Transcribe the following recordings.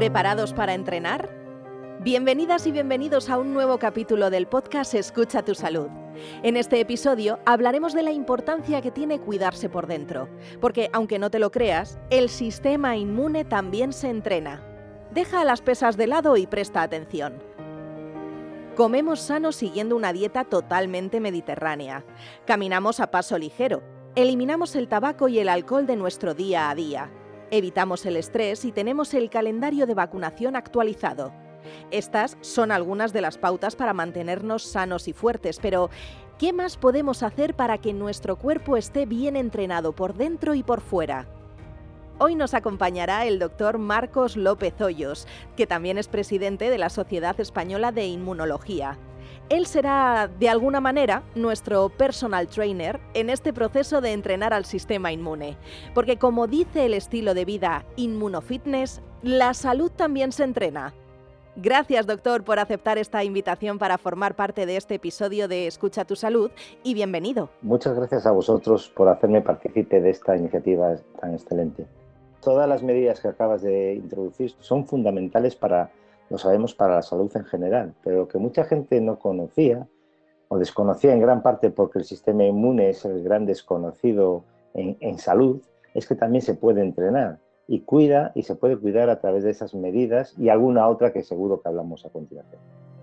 ¿Preparados para entrenar? Bienvenidas y bienvenidos a un nuevo capítulo del podcast Escucha tu Salud. En este episodio hablaremos de la importancia que tiene cuidarse por dentro, porque aunque no te lo creas, el sistema inmune también se entrena. Deja las pesas de lado y presta atención. Comemos sano siguiendo una dieta totalmente mediterránea. Caminamos a paso ligero. Eliminamos el tabaco y el alcohol de nuestro día a día. Evitamos el estrés y tenemos el calendario de vacunación actualizado. Estas son algunas de las pautas para mantenernos sanos y fuertes, pero ¿qué más podemos hacer para que nuestro cuerpo esté bien entrenado por dentro y por fuera? Hoy nos acompañará el doctor Marcos López Hoyos, que también es presidente de la Sociedad Española de Inmunología. Él será, de alguna manera, nuestro personal trainer en este proceso de entrenar al sistema inmune. Porque como dice el estilo de vida Inmunofitness, la salud también se entrena. Gracias, doctor, por aceptar esta invitación para formar parte de este episodio de Escucha tu Salud y bienvenido. Muchas gracias a vosotros por hacerme partícipe de esta iniciativa tan excelente. Todas las medidas que acabas de introducir son fundamentales lo sabemos, para la salud en general, pero que mucha gente no conocía o desconocía en gran parte porque el sistema inmune es el gran desconocido en salud, es que también se puede entrenar y se puede cuidar a través de esas medidas y alguna otra que seguro que hablamos a continuación.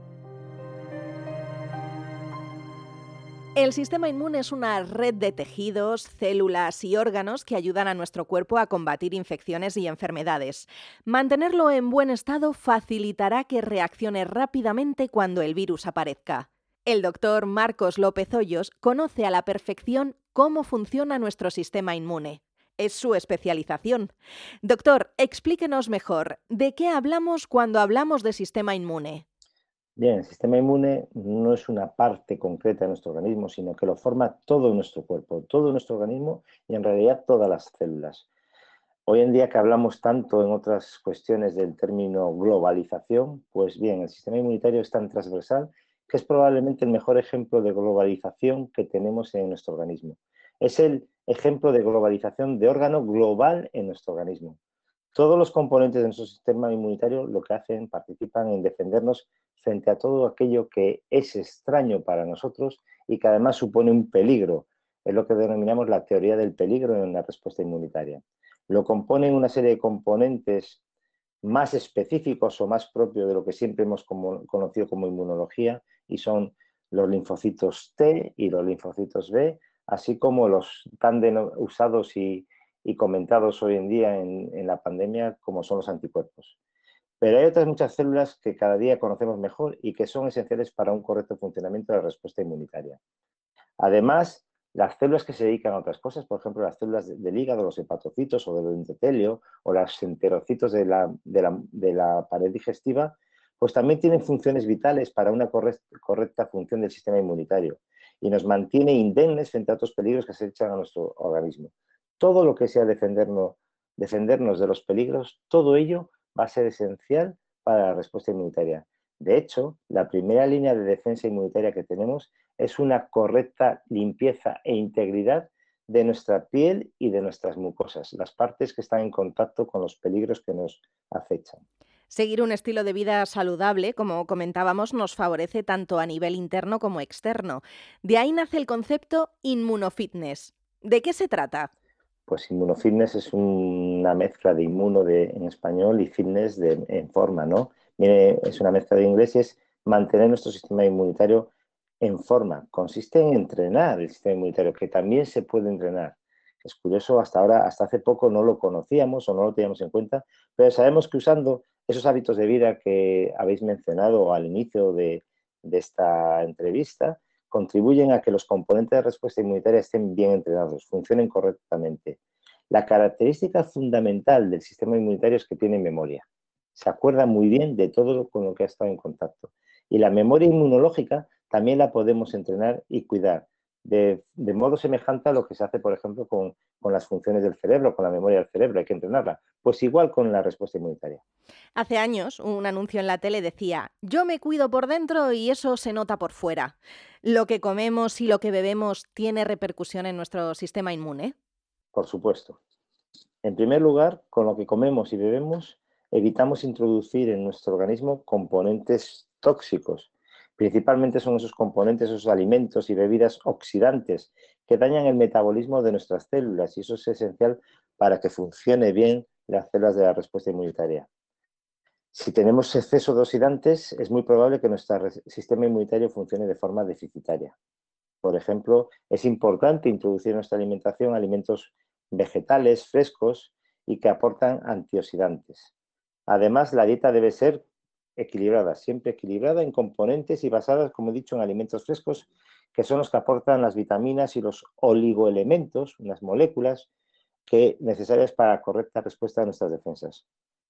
El sistema inmune es una red de tejidos, células y órganos que ayudan a nuestro cuerpo a combatir infecciones y enfermedades. Mantenerlo en buen estado facilitará que reaccione rápidamente cuando el virus aparezca. El doctor Marcos López Hoyos conoce a la perfección cómo funciona nuestro sistema inmune. Es su especialización. Doctor, explíquenos mejor, ¿de qué hablamos cuando hablamos de sistema inmune? Bien, el sistema inmune no es una parte concreta de nuestro organismo, sino que lo forma todo nuestro cuerpo, todo nuestro organismo y en realidad todas las células. Hoy en día que hablamos tanto en otras cuestiones del término globalización, pues bien, el sistema inmunitario es tan transversal que es probablemente el mejor ejemplo de globalización que tenemos en nuestro organismo. Es el ejemplo de globalización de órgano global en nuestro organismo. Todos los componentes de nuestro sistema inmunitario lo que hacen, participan en defendernos frente a todo aquello que es extraño para nosotros y que además supone un peligro. Es lo que denominamos la teoría del peligro en la respuesta inmunitaria. Lo componen una serie de componentes más específicos o más propios de lo que siempre hemos conocido como inmunología, y son los linfocitos T y los linfocitos B, así como los tan usados y comentados hoy en día en la pandemia como son los anticuerpos. Pero hay otras muchas células que cada día conocemos mejor y que son esenciales para un correcto funcionamiento de la respuesta inmunitaria. Además, las células que se dedican a otras cosas, por ejemplo, las células del hígado, los hepatocitos o del endotelio o los enterocitos de la pared digestiva, pues también tienen funciones vitales para una correcta función del sistema inmunitario y nos mantiene indemnes frente a otros peligros que se echan a nuestro organismo. Todo lo que sea defendernos de los peligros, todo ello va a ser esencial para la respuesta inmunitaria. De hecho, la primera línea de defensa inmunitaria que tenemos es una correcta limpieza e integridad de nuestra piel y de nuestras mucosas, las partes que están en contacto con los peligros que nos acechan. Seguir un estilo de vida saludable, como comentábamos, nos favorece tanto a nivel interno como externo. De ahí nace el concepto inmunofitness. ¿De qué se trata? Pues inmunofitness es una mezcla de en español y fitness en forma, ¿no? Es una mezcla de inglés y es mantener nuestro sistema inmunitario en forma. Consiste en entrenar el sistema inmunitario, que también se puede entrenar. Es curioso, hasta hace poco no lo conocíamos o no lo teníamos en cuenta, pero sabemos que usando esos hábitos de vida que habéis mencionado al inicio de esta entrevista, contribuyen a que los componentes de respuesta inmunitaria estén bien entrenados, funcionen correctamente. La característica fundamental del sistema inmunitario es que tiene memoria. Se acuerda muy bien de todo con lo que ha estado en contacto. Y la memoria inmunológica también la podemos entrenar y cuidar, de modo semejante a lo que se hace, por ejemplo, con las funciones del cerebro, con la memoria del cerebro, hay que entrenarla. Pues igual con la respuesta inmunitaria. Hace años, un anuncio en la tele decía: yo me cuido por dentro y eso se nota por fuera. ¿Lo que comemos y lo que bebemos tiene repercusión en nuestro sistema inmune? Por supuesto. En primer lugar, con lo que comemos y bebemos evitamos introducir en nuestro organismo componentes tóxicos. Principalmente son esos componentes, esos alimentos y bebidas oxidantes que dañan el metabolismo de nuestras células, y eso es esencial para que funcione bien las células de la respuesta inmunitaria. Si tenemos exceso de oxidantes, es muy probable que nuestro sistema inmunitario funcione de forma deficitaria. Por ejemplo, es importante introducir en nuestra alimentación alimentos vegetales frescos y que aportan antioxidantes. Además, la dieta debe ser equilibrada, siempre equilibrada en componentes y basadas, como he dicho, en alimentos frescos, que son los que aportan las vitaminas y los oligoelementos, unas moléculas necesarias para la correcta respuesta de nuestras defensas.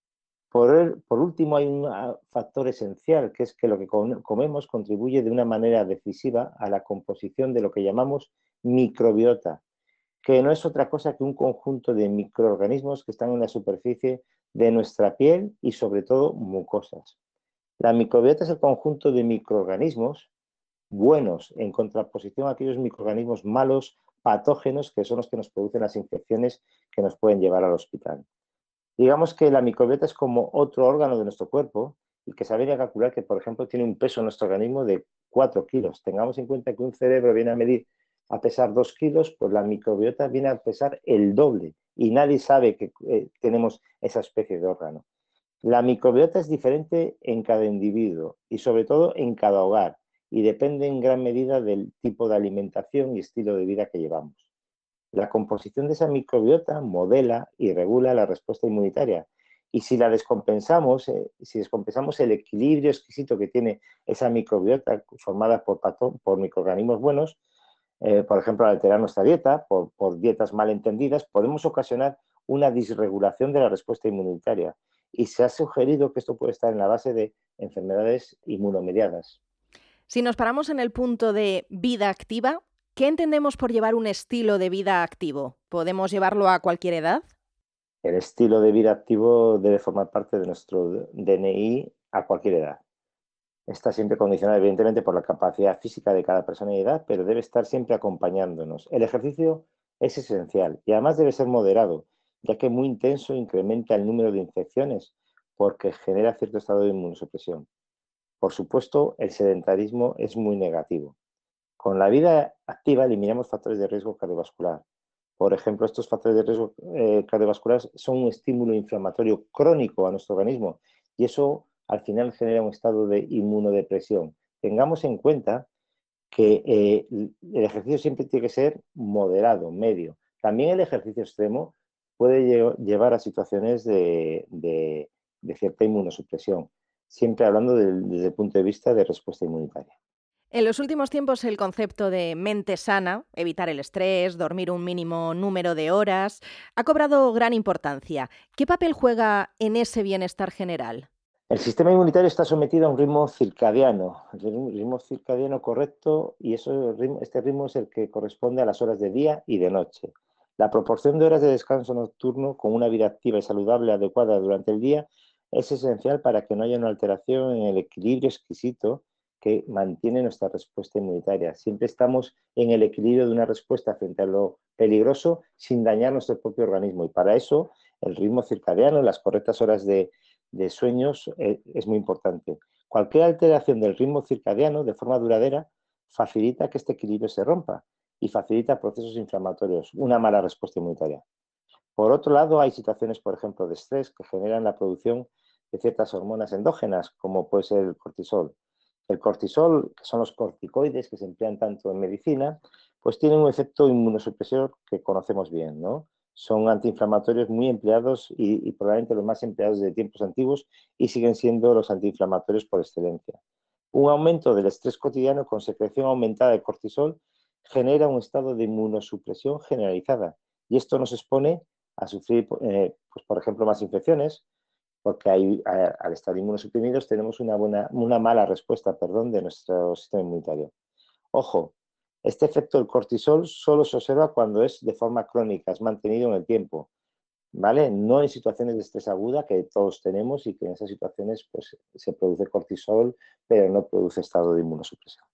Por último, hay un factor esencial, que es que lo que comemos contribuye de una manera decisiva a la composición de lo que llamamos microbiota, que no es otra cosa que un conjunto de microorganismos que están en la superficie de nuestra piel y sobre todo mucosas. La microbiota es el conjunto de microorganismos buenos en contraposición a aquellos microorganismos malos, patógenos, que son los que nos producen las infecciones que nos pueden llevar al hospital. Digamos que la microbiota es como otro órgano de nuestro cuerpo y que se habría que calcular que, por ejemplo, tiene un peso en nuestro organismo de 4 kilos. Tengamos en cuenta que un cerebro viene a pesar 2 kilos, pues la microbiota viene a pesar el doble y nadie sabe que tenemos esa especie de órgano. La microbiota es diferente en cada individuo y sobre todo en cada hogar y depende en gran medida del tipo de alimentación y estilo de vida que llevamos. La composición de esa microbiota modela y regula la respuesta inmunitaria. Y si la descompensamos, si descompensamos el equilibrio exquisito que tiene esa microbiota formada por microorganismos buenos, por ejemplo, al alterar nuestra dieta, por dietas mal entendidas, podemos ocasionar una disregulación de la respuesta inmunitaria. Y se ha sugerido que esto puede estar en la base de enfermedades inmunomediadas. Si nos paramos en el punto de vida activa, ¿qué entendemos por llevar un estilo de vida activo? ¿Podemos llevarlo a cualquier edad? El estilo de vida activo debe formar parte de nuestro DNI a cualquier edad. Está siempre condicionado, evidentemente, por la capacidad física de cada persona y edad, pero debe estar siempre acompañándonos. El ejercicio es esencial y además debe ser moderado, ya que muy intenso incrementa el número de infecciones porque genera cierto estado de inmunosupresión. Por supuesto, el sedentarismo es muy negativo. Con la vida activa eliminamos factores de riesgo cardiovascular. Por ejemplo, estos factores de riesgo cardiovasculares son un estímulo inflamatorio crónico a nuestro organismo y eso al final genera un estado de inmunodepresión. Tengamos en cuenta que el ejercicio siempre tiene que ser moderado, medio. También el ejercicio extremo puede llevar a situaciones de cierta inmunosupresión, siempre hablando desde el punto de vista de respuesta inmunitaria. En los últimos tiempos el concepto de mente sana, evitar el estrés, dormir un mínimo número de horas, ha cobrado gran importancia. ¿Qué papel juega en ese bienestar general? El sistema inmunitario está sometido a un ritmo circadiano, el ritmo circadiano correcto, y este ritmo es el que corresponde a las horas de día y de noche. La proporción de horas de descanso nocturno con una vida activa y saludable adecuada durante el día es esencial para que no haya una alteración en el equilibrio exquisito que mantiene nuestra respuesta inmunitaria. Siempre estamos en el equilibrio de una respuesta frente a lo peligroso sin dañar nuestro propio organismo, y para eso el ritmo circadiano, las correctas horas de sueños es muy importante. Cualquier alteración del ritmo circadiano de forma duradera facilita que este equilibrio se rompa y facilita procesos inflamatorios, una mala respuesta inmunitaria. Por otro lado, hay situaciones, por ejemplo, de estrés que generan la producción de ciertas hormonas endógenas, como puede ser el cortisol. El cortisol, que son los corticoides que se emplean tanto en medicina, pues tienen un efecto inmunosupresor que conocemos bien, ¿no? Son antiinflamatorios muy empleados y probablemente los más empleados de tiempos antiguos, y siguen siendo los antiinflamatorios por excelencia. Un aumento del estrés cotidiano con secreción aumentada de cortisol genera un estado de inmunosupresión generalizada, y esto nos expone a sufrir, pues, por ejemplo, más infecciones, porque al estar inmunosuprimidos tenemos una mala respuesta, de nuestro sistema inmunitario. Ojo, este efecto del cortisol solo se observa cuando es de forma crónica, es mantenido en el tiempo, ¿vale? No en situaciones de estrés aguda que todos tenemos, y que en esas situaciones pues, se produce cortisol, pero no produce estado de inmunosupresión.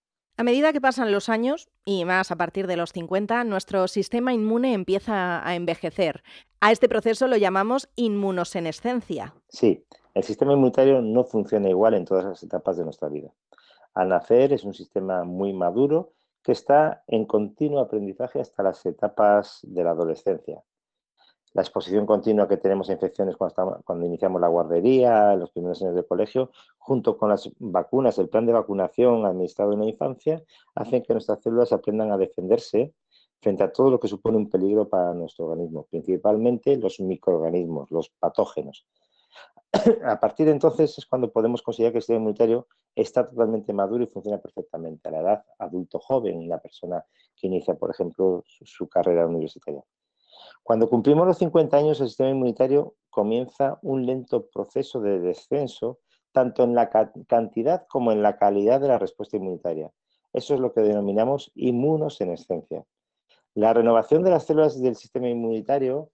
A medida que pasan los años, y más a partir de los 50, nuestro sistema inmune empieza a envejecer. A este proceso lo llamamos inmunosenescencia. Sí, el sistema inmunitario no funciona igual en todas las etapas de nuestra vida. Al nacer es un sistema muy maduro que está en continuo aprendizaje hasta las etapas de la adolescencia. La exposición continua que tenemos a infecciones cuando iniciamos la guardería, los primeros años de colegio, junto con las vacunas, el plan de vacunación administrado en la infancia, hacen que nuestras células aprendan a defenderse frente a todo lo que supone un peligro para nuestro organismo, principalmente los microorganismos, los patógenos. A partir de entonces es cuando podemos considerar que el sistema inmunitario está totalmente maduro y funciona perfectamente a la edad adulto joven, la persona que inicia, por ejemplo, su carrera universitaria. Cuando cumplimos los 50 años, el sistema inmunitario comienza un lento proceso de descenso, tanto en la cantidad como en la calidad de la respuesta inmunitaria. Eso es lo que denominamos inmunosenescencia. La renovación de las células del sistema inmunitario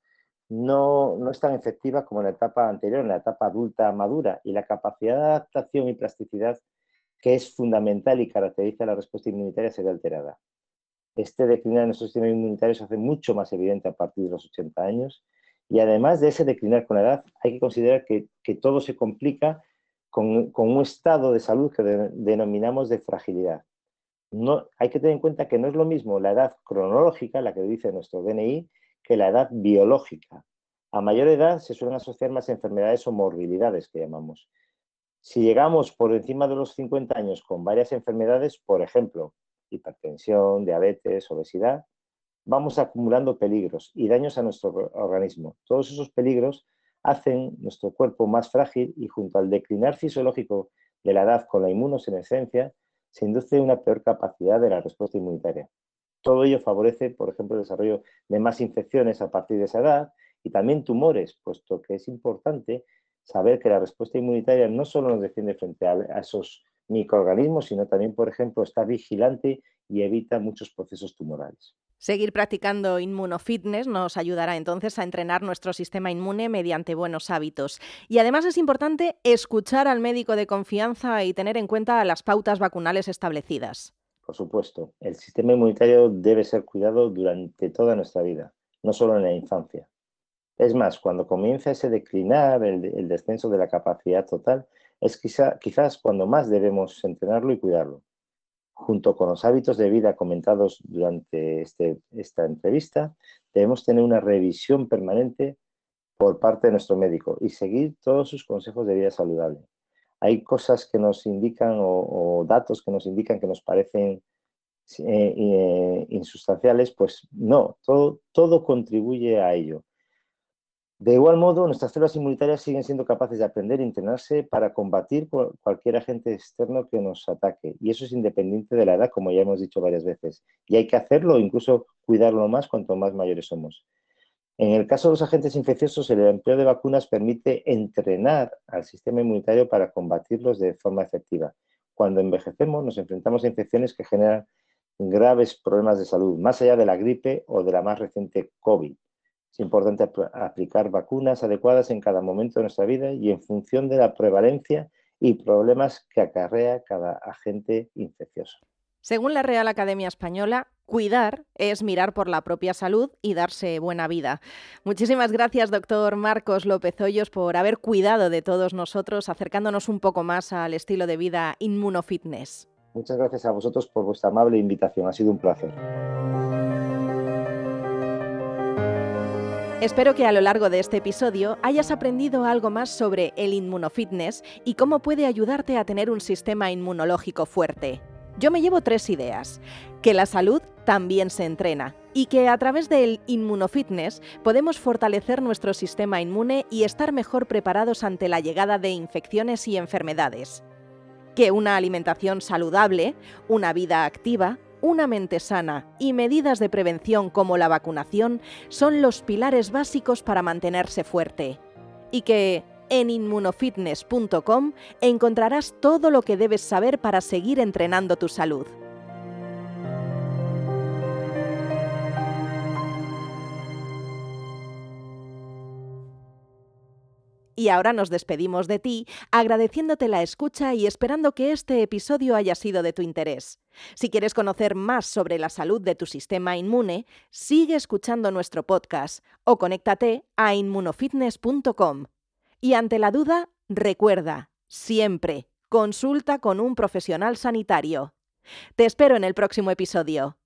no es tan efectiva como en la etapa anterior, en la etapa adulta madura, y la capacidad de adaptación y plasticidad, que es fundamental y caracteriza la respuesta inmunitaria, se ve alterada. Este declinar en nuestro sistema inmunitario se hace mucho más evidente a partir de los 80 años, y además de ese declinar con la edad, hay que considerar que todo se complica con un estado de salud que denominamos de fragilidad. No, hay que tener en cuenta que no es lo mismo la edad cronológica, la que dice nuestro DNI, que la edad biológica. A mayor edad se suelen asociar más enfermedades o morbilidades que llamamos. Si llegamos por encima de los 50 años con varias enfermedades, por ejemplo, hipertensión, diabetes, obesidad, vamos acumulando peligros y daños a nuestro organismo. Todos esos peligros hacen nuestro cuerpo más frágil y, junto al declinar fisiológico de la edad con la inmunosenescencia, se induce una peor capacidad de la respuesta inmunitaria. Todo ello favorece, por ejemplo, el desarrollo de más infecciones a partir de esa edad y también tumores, puesto que es importante saber que la respuesta inmunitaria no solo nos defiende frente a esos microorganismos, sino también, por ejemplo, está vigilante y evita muchos procesos tumorales. Seguir practicando inmunofitness nos ayudará entonces a entrenar nuestro sistema inmune mediante buenos hábitos. Y además es importante escuchar al médico de confianza y tener en cuenta las pautas vacunales establecidas. Por supuesto, el sistema inmunitario debe ser cuidado durante toda nuestra vida, no solo en la infancia. Es más, cuando comienza ese declinar, el descenso de la capacidad total, es quizás cuando más debemos entrenarlo y cuidarlo. Junto con los hábitos de vida comentados durante esta entrevista, debemos tener una revisión permanente por parte de nuestro médico y seguir todos sus consejos de vida saludable. Hay cosas que nos indican o datos que nos indican que nos parecen insustanciales, pues no, todo contribuye a ello. De igual modo, nuestras células inmunitarias siguen siendo capaces de aprender y entrenarse para combatir cualquier agente externo que nos ataque. Y eso es independiente de la edad, como ya hemos dicho varias veces. Y hay que hacerlo, incluso cuidarlo más cuanto más mayores somos. En el caso de los agentes infecciosos, el empleo de vacunas permite entrenar al sistema inmunitario para combatirlos de forma efectiva. Cuando envejecemos, nos enfrentamos a infecciones que generan graves problemas de salud, más allá de la gripe o de la más reciente COVID. Es importante aplicar vacunas adecuadas en cada momento de nuestra vida y en función de la prevalencia y problemas que acarrea cada agente infeccioso. Según la Real Academia Española, cuidar es mirar por la propia salud y darse buena vida. Muchísimas gracias, doctor Marcos López Hoyos, por haber cuidado de todos nosotros, acercándonos un poco más al estilo de vida inmunofitness. Muchas gracias a vosotros por vuestra amable invitación. Ha sido un placer. Espero que a lo largo de este episodio hayas aprendido algo más sobre el inmunofitness y cómo puede ayudarte a tener un sistema inmunológico fuerte. Yo me llevo 3 ideas: que la salud también se entrena y que a través del inmunofitness podemos fortalecer nuestro sistema inmune y estar mejor preparados ante la llegada de infecciones y enfermedades. Que una alimentación saludable, una vida activa, una mente sana y medidas de prevención como la vacunación son los pilares básicos para mantenerse fuerte. Y que en inmunofitness.com encontrarás todo lo que debes saber para seguir entrenando tu salud. Y ahora nos despedimos de ti, agradeciéndote la escucha y esperando que este episodio haya sido de tu interés. Si quieres conocer más sobre la salud de tu sistema inmune, sigue escuchando nuestro podcast o conéctate a inmunofitness.com. Y ante la duda, recuerda, siempre, consulta con un profesional sanitario. Te espero en el próximo episodio.